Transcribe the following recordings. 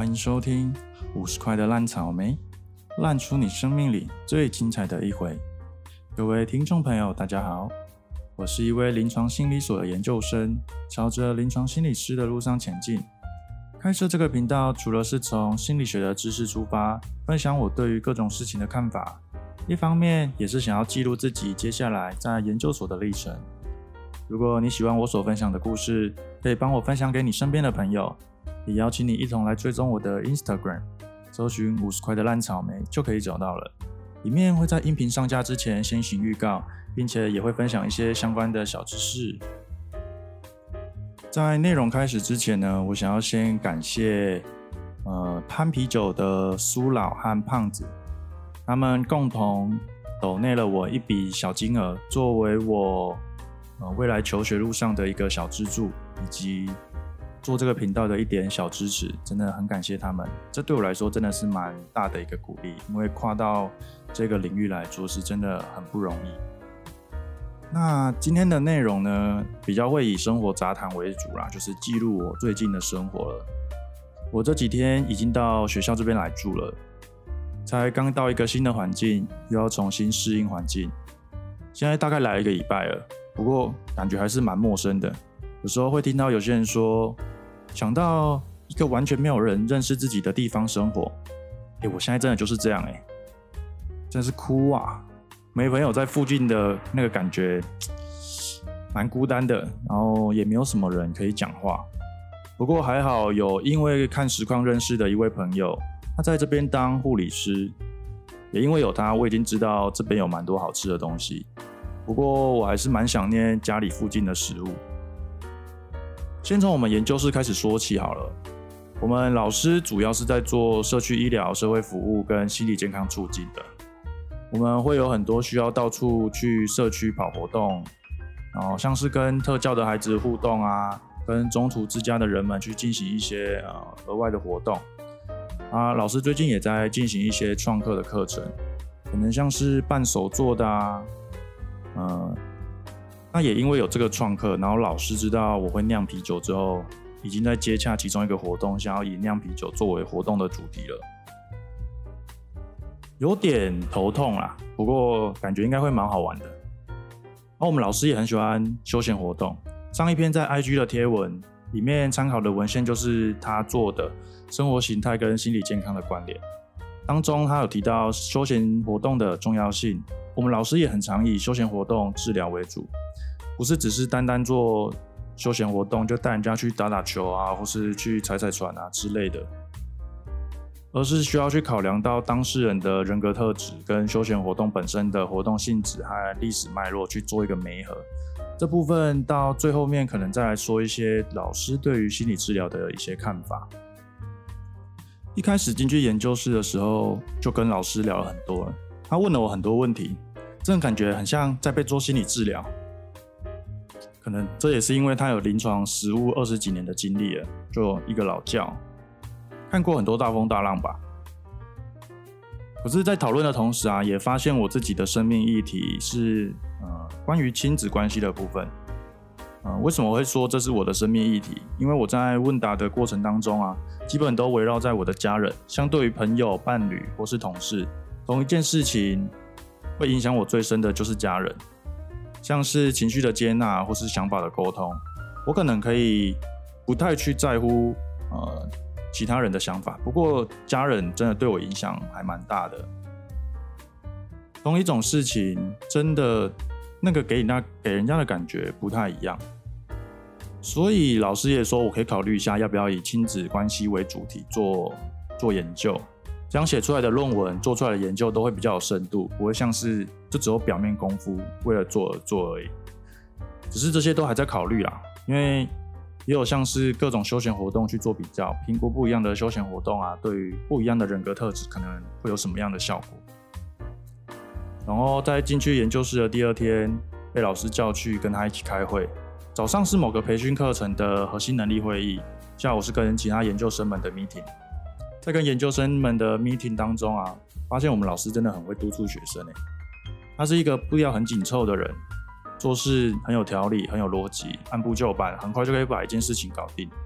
欢迎收听50块的烂草莓，烂出你生命里最精彩的一回。各位听众朋友大家好，我是一位临床心理所的研究生，朝着临床心理师的路上前进。开设这个频道除了是从心理学的知识出发，分享我对于各种事情的看法，一方面也是想要记录自己接下来在研究所的历程。如果你喜欢我所分享的故事，可以帮我分享给你身边的朋友，也邀请你一同来追踪我的 Instagram， 搜寻50块的烂草莓就可以找到了。里面会在音频上架之前先行预告，并且也会分享一些相关的小知识。在内容开始之前呢，我想要先感谢潘啤酒的苏老和胖子，他们共同抖内了我一笔小金额，作为我未来求学路上的一个小资助，以及做这个频道的一点小支持，真的很感谢他们。这对我来说真的是蛮大的一个鼓励，因为跨到这个领域来做是真的很不容易。那今天的内容呢，比较会以生活杂谈为主啦，就是记录我最近的生活了。我这几天已经到学校这边来住了，才刚到一个新的环境，又要重新适应环境。现在大概来了1个礼拜了，不过感觉还是蛮陌生的。有时候会听到有些人说，想到一个完全没有人认识自己的地方生活。我现在真的就是这样真是哭啊！没朋友在附近的那个感觉蛮孤单的，然后也没有什么人可以讲话。不过还好有因为看实况认识的一位朋友，他在这边当护理师，也因为有他，我已经知道这边有蛮多好吃的东西。不过我还是蛮想念家里附近的食物。先从我们研究室开始说起好了。我们老师主要是在做社区医疗、社会服务跟心理健康促进的。我们会有很多需要到处去社区跑活动，然后像是跟特教的孩子互动啊，跟中途之家的人们去进行一些额外的活动啊。老师最近也在进行一些创客的课程，可能像是办手作的啊，那也因为有这个创客，然后老师知道我会酿啤酒之后，已经在接洽其中一个活动，想要以酿啤酒作为活动的主题了。有点头痛啦，不过感觉应该会蛮好玩的。我们老师也很喜欢休闲活动，上一篇在 IG 的贴文里面参考的文献就是他做的生活形态跟心理健康的关联，当中他有提到休闲活动的重要性。我们老师也很常以休闲活动治疗为主，不是只是单单做休闲活动就带人家去打打球啊，或是去踩踩船啊之类的，而是需要去考量到当事人的人格特质跟休闲活动本身的活动性质和历史脉络去做一个媒合。这部分到最后面可能再来说一些老师对于心理治疗的一些看法。一开始进去研究室的时候，就跟老师聊了很多了，他问了我很多问题，这种感觉很像在被做心理治疗。可能这也是因为他有临床实务20几年的经历了，就一个老教，看过很多大风大浪吧。可是在讨论的同时啊，也发现我自己的生命议题是关于亲子关系的部分。为什么我会说这是我的生命议题？因为我在问答的过程当中啊，基本都围绕在我的家人，相对于朋友、伴侣或是同事，同一件事情会影响我最深的就是家人。像是情绪的接纳或是想法的沟通，我可能可以不太去在乎其他人的想法，不过家人真的对我影响还蛮大的。同一种事情真的那个给人家的感觉不太一样，所以老师也说我可以考虑一下要不要以亲子关系为主题做研究，这样写出来的论文做出来的研究都会比较有深度，不会像是就只有表面功夫为了做而做而已。只是这些都还在考虑啦，因为也有像是各种休闲活动去做比较，评估不一样的休闲活动啊，对于不一样的人格特质可能会有什么样的效果。然后在进去研究室的第2天，被老师叫去跟他一起开会。早上是某个培训课程的核心能力会议，下午是跟其他研究生们的 meeting。在跟研究生们的 meeting 当中啊，发现我们老师真的很会督促学生他是一个步调很紧凑的人，做事很有条理，很有逻辑，按部就班，很快就可以把一件事情搞定。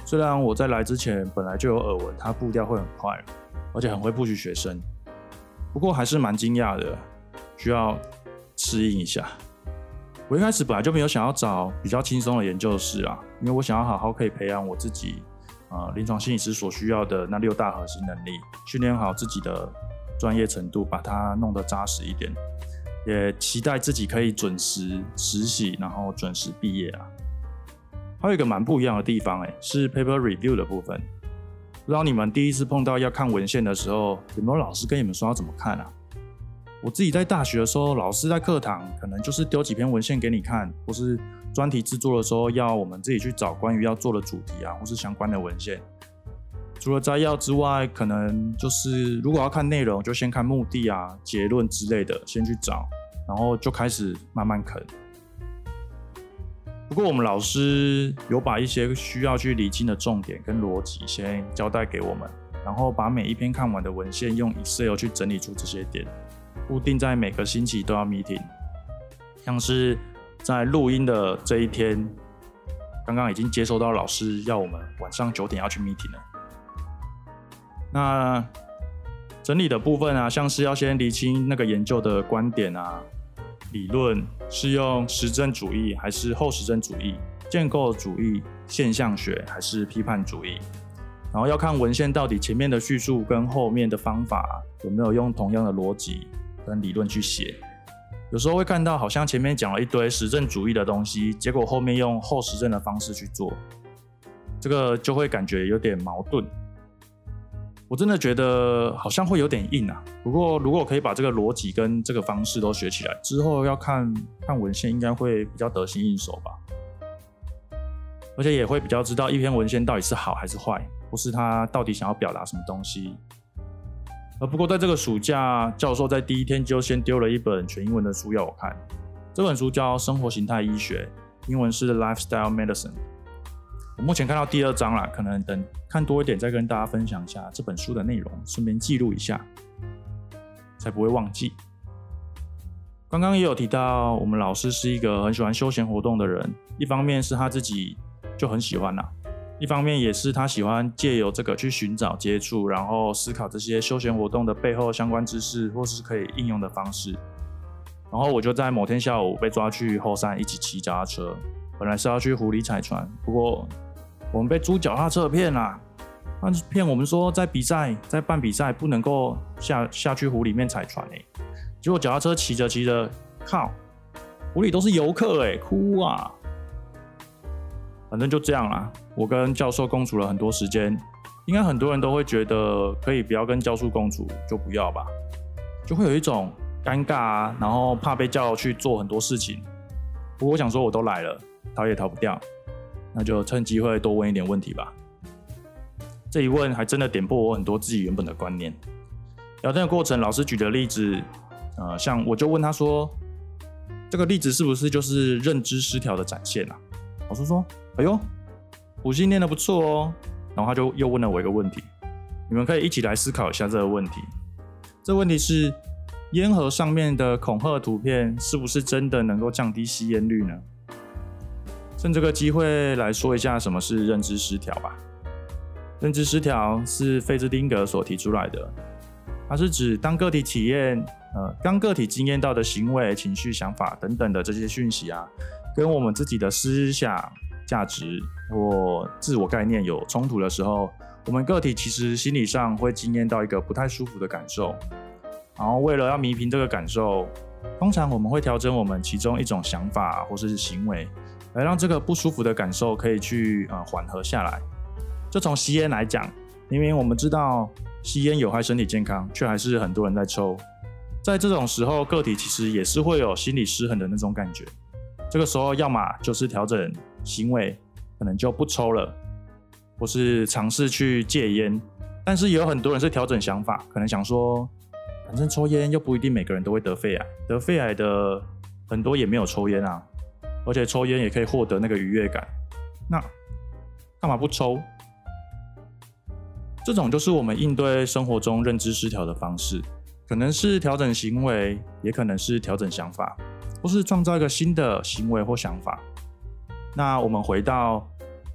虽然我在来之前本来就有耳闻他步调会很快，而且很会push学生，不过还是蛮惊讶的，需要适应一下。我一开始本来就没有想要找比较轻松的研究室啊，因为我想要好好可以培养我自己临床心理师所需要的那6大核心能力，训练好自己的专业程度，把它弄得扎实一点，也期待自己可以准时实习，然后准时毕业啊。还有一个蛮不一样的地方是 paper review 的部分。不知道你们第一次碰到要看文献的时候，有没有老师跟你们说要怎么看啊？我自己在大学的时候，老师在课堂可能就是丢几篇文献给你看，或是专题制作的时候要我们自己去找关于要做的主题啊，或是相关的文献。除了摘要之外，可能就是如果要看内容，就先看目的啊、结论之类的，先去找，然后就开始慢慢啃。不过我们老师有把一些需要去理清的重点跟逻辑先交代给我们，然后把每一篇看完的文献用 Excel 去整理出这些点，固定在每个星期都要 meeting。像是在录音的这一天，刚刚已经接收到老师要我们晚上9点要去 meeting 了。那整理的部分啊，像是要先厘清那个研究的观点啊、理论是用实证主义还是后实证主义、建构主义、现象学还是批判主义，然后要看文献到底前面的叙述跟后面的方法有没有用同样的逻辑跟理论去写。有时候会看到好像前面讲了一堆实证主义的东西，结果后面用后实证的方式去做，这个就会感觉有点矛盾。我真的觉得好像会有点硬啊，不过如果可以把这个逻辑跟这个方式都学起来，之后要看文献应该会比较得心应手吧，而且也会比较知道一篇文献到底是好还是坏，或是他到底想要表达什么东西。不过在这个暑假，教授在第一天就先丢了一本全英文的书要我看，这本书叫《生活形态医学》，英文是 Lifestyle Medicine。我目前看到第2章啦，可能等看多一点再跟大家分享一下这本书的内容，顺便记录一下，才不会忘记。刚刚也有提到，我们老师是一个很喜欢休闲活动的人，一方面是他自己就很喜欢啦，一方面也是他喜欢借由这个去寻找接触，然后思考这些休闲活动的背后相关知识或是可以应用的方式。然后我就在某天下午被抓去后山一起骑脚踏车，本来是要去湖里踩船，不过我们被租脚踏车骗啦，他骗我们说在办比赛不能够下去湖里面踩船结果脚踏车骑着骑着，靠，湖里都是游客哭啊！反正就这样啦，我跟教授共处了很多时间，应该很多人都会觉得可以不要跟教授共处就不要吧，就会有一种尴尬啊，然后怕被叫去做很多事情。不过我想说我都来了，逃也逃不掉，那就趁机会多问一点问题吧。这一问还真的点破我很多自己原本的观念。聊天的过程，老师举的例子，像我就问他说，这个例子是不是就是认知失调的展现啊？老师说，哎呦，补习念得不错哦。然后他就又问了我一个问题，你们可以一起来思考一下这个问题。这个问题是，烟盒上面的恐吓图片是不是真的能够降低吸烟率呢？趁这个机会来说一下什么是认知失调吧。认知失调是费兹汀格所提出来的，它是指当个体经验到的行为、情绪、想法等等的这些讯息啊，跟我们自己的思想、价值或自我概念有冲突的时候，我们个体其实心理上会经验到一个不太舒服的感受，然后为了要弥平这个感受，通常我们会调整我们其中一种想法或是行为，来让这个不舒服的感受可以去缓和下来。就从吸烟来讲，明明我们知道吸烟有害身体健康，却还是很多人在抽。在这种时候，个体其实也是会有心理失衡的那种感觉。这个时候，要么就是调整行为，可能就不抽了，或是尝试去戒烟。但是也有很多人是调整想法，可能想说，反正抽烟又不一定每个人都会得肺癌，得肺癌的很多也没有抽烟啊，而且抽烟也可以获得那个愉悦感，那干嘛不抽？这种就是我们应对生活中认知失调的方式，可能是调整行为，也可能是调整想法，或是创造一个新的行为或想法。那我们回到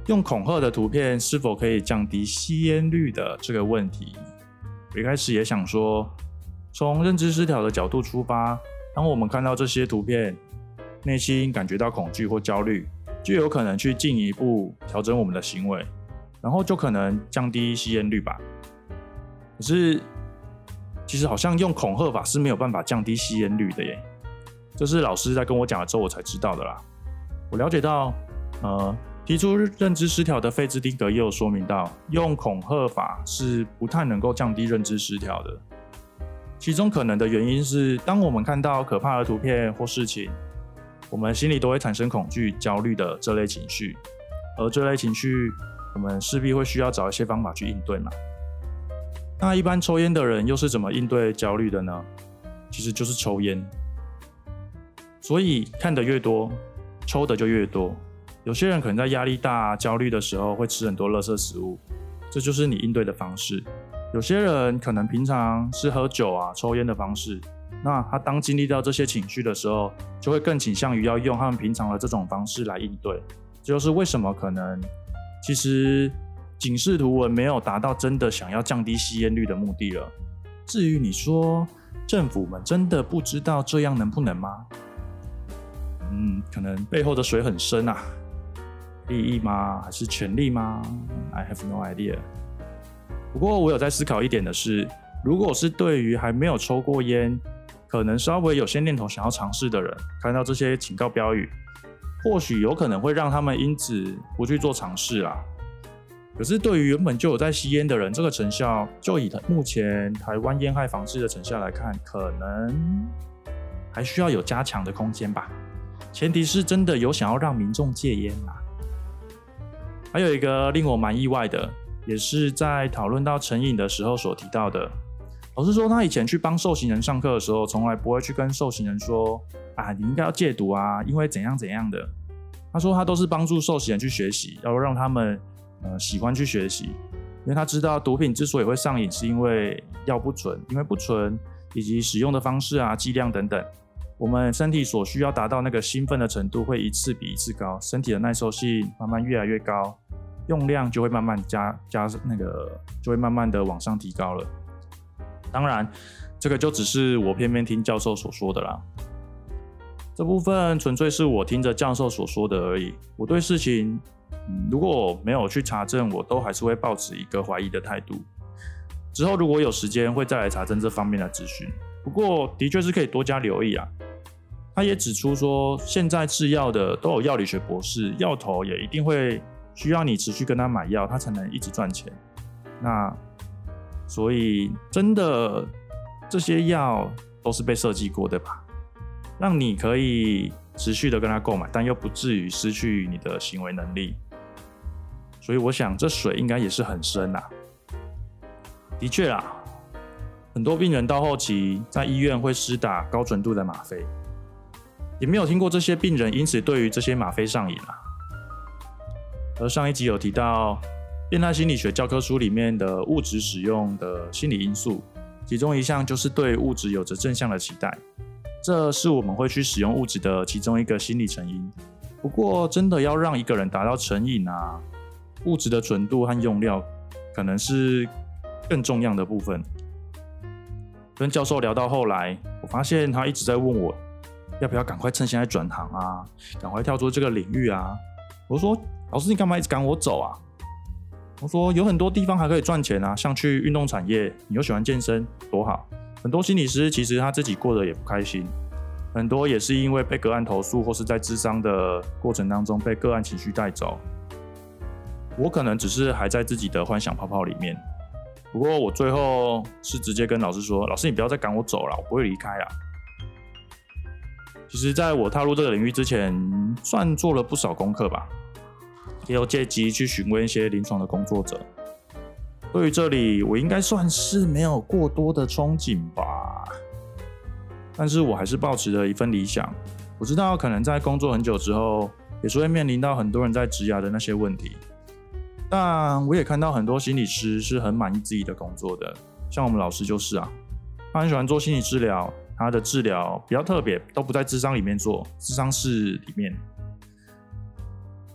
用恐吓的图片是否可以降低吸烟率的这个问题，我一开始也想说，从认知失调的角度出发，当我们看到这些图片，内心感觉到恐惧或焦虑，就有可能去进一步调整我们的行为，然后就可能降低吸烟率吧。可是其实好像用恐吓法是没有办法降低吸烟率的耶，这是老师在跟我讲了之后我才知道的啦。我了解到提出认知失调的费兹汀格也有说明到，用恐吓法是不太能够降低认知失调的。其中可能的原因是，当我们看到可怕的图片或事情，我们心里都会产生恐惧、焦虑的这类情绪，而这类情绪我们势必会需要找一些方法去应对嘛。那一般抽烟的人又是怎么应对焦虑的呢？其实就是抽烟。所以看得越多，抽的就越多。有些人可能在压力大、焦虑的时候会吃很多垃圾食物，这就是你应对的方式。有些人可能平常是喝酒啊、抽烟的方式，那他当经历到这些情绪的时候，就会更倾向于要用他们平常的这种方式来应对。这就是为什么可能其实警示图文没有达到真的想要降低吸烟率的目的了。至于你说政府们真的不知道这样能不能吗？可能背后的水很深啊。利益吗？还是权力吗？ I have no idea。 不过我有在思考一点的是，如果是对于还没有抽过烟，可能稍微有些念头想要尝试的人，看到这些警告标语，或许有可能会让他们因此不去做尝试啦。可是对于原本就有在吸烟的人，这个成效就以目前台湾烟害防治的成效来看，可能还需要有加强的空间吧。前提是真的有想要让民众戒烟啦。还有一个令我蛮意外的，也是在讨论到成瘾的时候所提到的。老师说他以前去帮受刑人上课的时候，从来不会去跟受刑人说你应该要戒毒啊，因为怎样怎样的。他说他都是帮助受刑人去学习，要让他们喜欢去学习，因为他知道毒品之所以会上瘾，是因为药不纯，因为不纯以及使用的方式啊、剂量等等，我们身体所需要达到那个兴奋的程度会一次比一次高，身体的耐受性慢慢越来越高，用量就会慢慢就会慢慢的往上提高了。当然，这个就只是我片面听教授所说的啦。这部分纯粹是我听着教授所说的而已。我对事情，如果我没有去查证，我都还是会抱持一个怀疑的态度。之后如果有时间，会再来查证这方面的资讯。不过，的确是可以多加留意啊。他也指出说，现在制药的都有药理学博士，药头也一定会需要你持续跟他买药，他才能一直赚钱。那所以真的这些药都是被设计过的吧，让你可以持续的跟他购买，但又不至于失去你的行为能力。所以我想这水应该也是很深啊。的确啦，很多病人到后期在医院会施打高纯度的吗啡，也没有听过这些病人因此对于这些吗啡上瘾啊。而上一集有提到变态心理学教科书里面的物质使用的心理因素，其中一项就是对物质有着正向的期待，这是我们会去使用物质的其中一个心理成因。不过真的要让一个人达到成瘾啊，物质的纯度和用料可能是更重要的部分。跟教授聊到后来，我发现他一直在问我要不要赶快趁现在转行啊，赶快跳出这个领域啊。我说老师你干嘛一直赶我走啊？我说有很多地方还可以赚钱啊，像去运动产业，你又喜欢健身，多好。很多心理师其实他自己过得也不开心，很多也是因为被个案投诉，或是在諮商的过程当中被个案情绪带走。我可能只是还在自己的幻想泡泡里面，不过我最后是直接跟老师说，老师你不要再赶我走了，我不会离开啦。其实在我踏入这个领域之前，算做了不少功课吧，也有借机去询问一些临床的工作者。对于这里，我应该算是没有过多的憧憬吧，但是我还是抱持了一份理想。我知道可能在工作很久之后，也是会面临到很多人在职涯的那些问题，但我也看到很多心理师是很满意自己的工作的，像我们老师就是啊，他很喜欢做心理治疗，他的治疗比较特别，都不在諮商里面做，諮商室里面。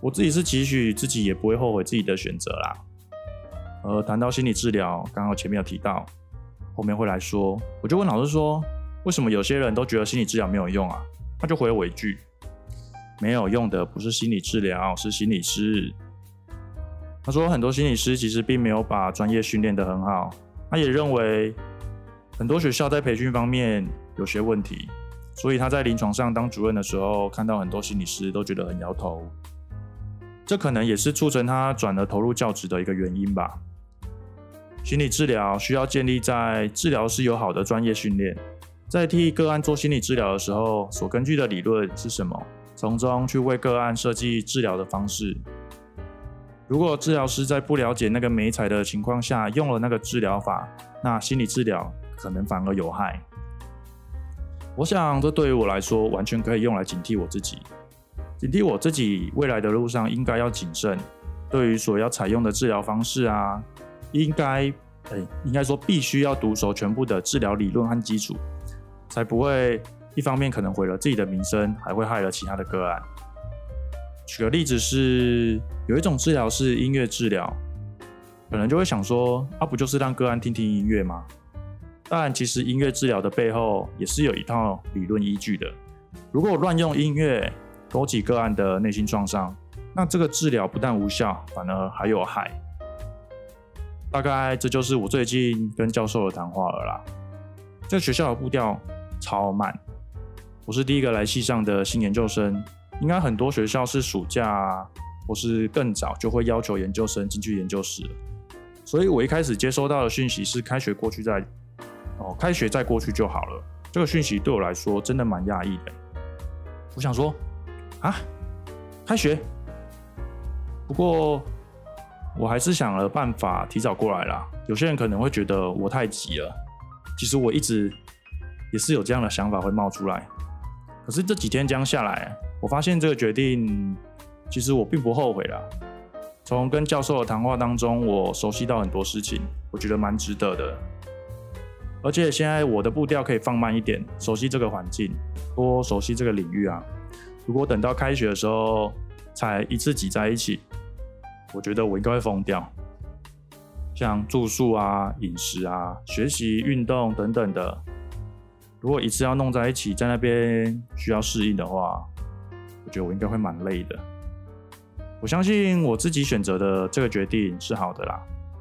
我自己是期许自己也不会后悔自己的选择啦。谈到心理治疗，刚刚前面有提到，后面会来说，我就问老师说，为什么有些人都觉得心理治疗没有用啊？他就回了我一句，没有用的不是心理治疗，是心理师。他说很多心理师其实并没有把专业训练得很好，他也认为很多学校在培训方面有些问题，所以他在临床上当主任的时候，看到很多心理师都觉得很摇头。这可能也是促成他转而投入教职的一个原因吧。心理治疗需要建立在治疗师有好的专业训练，在替个案做心理治疗的时候，所根据的理论是什么，从中去为个案设计治疗的方式。如果治疗师在不了解那个媒材的情况下用了那个治疗法，那心理治疗可能反而有害。我想这对于我来说完全可以用来警惕我自己，警惕我自己未来的路上应该要谨慎，对于所要采用的治疗方式啊，应该说必须要读熟全部的治疗理论和基础，才不会一方面可能毁了自己的名声，还会害了其他的个案。举个例子是，有一种治疗是音乐治疗，可能就会想说，不就是让个案听听音乐吗？当然，其实音乐治疗的背后也是有一套理论依据的。如果乱用音乐勾起个案的内心创伤，那这个治疗不但无效，反而还有害。大概这就是我最近跟教授的谈话了啦。这个学校的步调超慢，我是第一个来系上的新研究生，应该很多学校是暑假或是更早就会要求研究生进去研究室了。所以我一开始接收到的讯息是开学再过去就好了。这个讯息对我来说真的蛮讶异的。我想说开学，不过我还是想了办法提早过来啦。有些人可能会觉得我太急了，其实我一直也是有这样的想法会冒出来。可是这几天这样下来，我发现这个决定其实我并不后悔啦。从跟教授的谈话当中，我熟悉到很多事情，我觉得蛮值得的。而且现在我的步调可以放慢一点，熟悉这个环境，多熟悉这个领域啊。如果等到开学的时候才一次挤在一起，我觉得我应该会疯掉。像住宿啊、饮食啊、学习、运动等等的，如果一次要弄在一起，在那边需要适应的话，我觉得我应该会蛮累的。我相信我自己选择的这个决定是好的啦。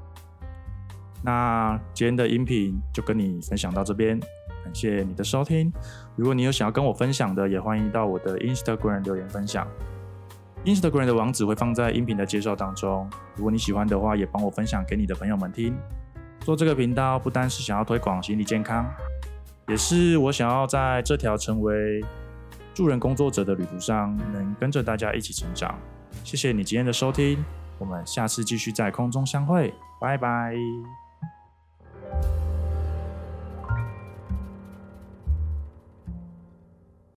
那今天的音频就跟你分享到这边，感谢你的收听。如果你有想要跟我分享的，也欢迎到我的 Instagram 留言分享。Instagram 的网址会放在音频的介绍当中，如果你喜欢的话，也帮我分享给你的朋友们听。做这个频道不单是想要推广心理健康，也是我想要在这条成为助人工作者的旅途上，能跟着大家一起成长。谢谢你今天的收听，我们下次继续在空中相会，拜拜。